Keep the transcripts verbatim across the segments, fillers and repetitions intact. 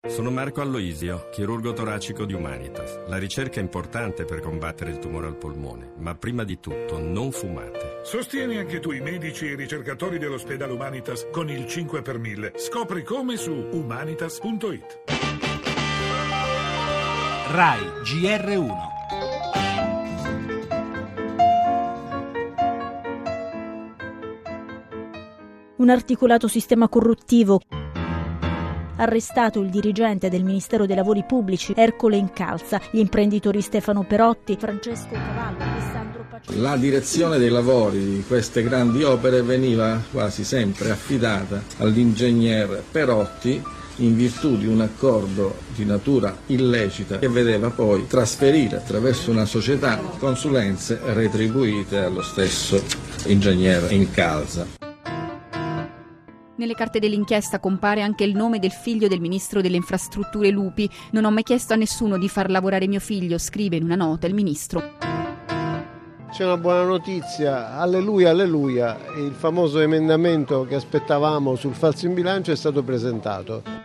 Sono Marco Alloisio, chirurgo toracico di Humanitas. La ricerca è importante per combattere il tumore al polmone, ma prima di tutto non fumate. Sostieni anche tu i medici e i ricercatori dell'ospedale Humanitas con il cinque per mille. Scopri come su humanitas punto it. Rai G R uno. Un articolato sistema corruttivo. Arrestato il dirigente del Ministero dei Lavori Pubblici Ercole Incalza, gli imprenditori Stefano Perotti, Francesco Cavallo, Alessandro Pacioni. La direzione dei lavori di queste grandi opere veniva quasi sempre affidata all'ingegner Perotti in virtù di un accordo di natura illecita che vedeva poi trasferire attraverso una società consulenze retribuite allo stesso ingegner Incalza. Nelle carte dell'inchiesta compare anche il nome del figlio del ministro delle infrastrutture Lupi. Non ho mai chiesto a nessuno di far lavorare mio figlio, scrive in una nota il ministro. C'è una buona notizia, alleluia, alleluia, il famoso emendamento che aspettavamo sul falso in bilancio è stato presentato.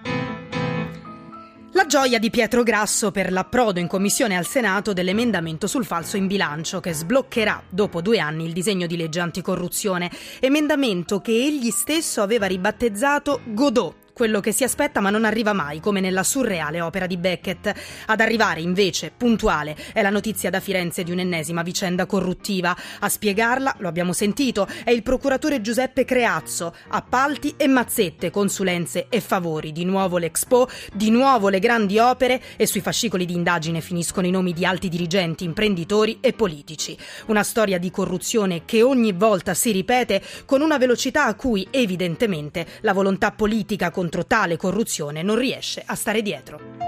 La gioia di Pietro Grasso per l'approdo in commissione al Senato dell'emendamento sul falso in bilancio che sbloccherà dopo due anni il disegno di legge anticorruzione, emendamento che egli stesso aveva ribattezzato Godot. Quello che si aspetta ma non arriva mai, come nella surreale opera di Beckett. Ad arrivare invece, puntuale, è la notizia da Firenze di un'ennesima vicenda corruttiva. A spiegarla, lo abbiamo sentito, è il procuratore Giuseppe Creazzo. Appalti e mazzette, consulenze e favori. Di nuovo l'Expo, di nuovo le grandi opere e sui fascicoli di indagine finiscono i nomi di alti dirigenti, imprenditori e politici. Una storia di corruzione che ogni volta si ripete con una velocità a cui evidentemente la volontà politica contro tale corruzione non riesce a stare dietro.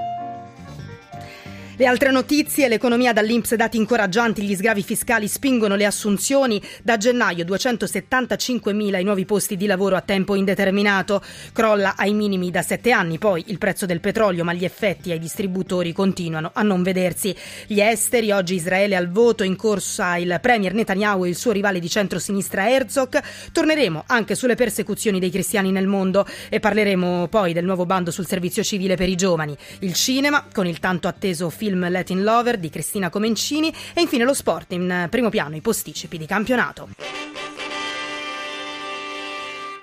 Le altre notizie, l'economia dall'I N P S dati incoraggianti, gli sgravi fiscali spingono le assunzioni, da gennaio duecentosettantacinquemila i nuovi posti di lavoro a tempo indeterminato, crolla ai minimi da sette anni, poi il prezzo del petrolio, ma gli effetti ai distributori continuano a non vedersi. Gli esteri, oggi Israele al voto, in corsa il premier Netanyahu e il suo rivale di centrosinistra Herzog, torneremo anche sulle persecuzioni dei cristiani nel mondo e parleremo poi del nuovo bando sul servizio civile per i giovani, il cinema con il tanto atteso film Film Latin Lover di Cristina Comencini e infine lo sport, in primo piano i posticipi di campionato.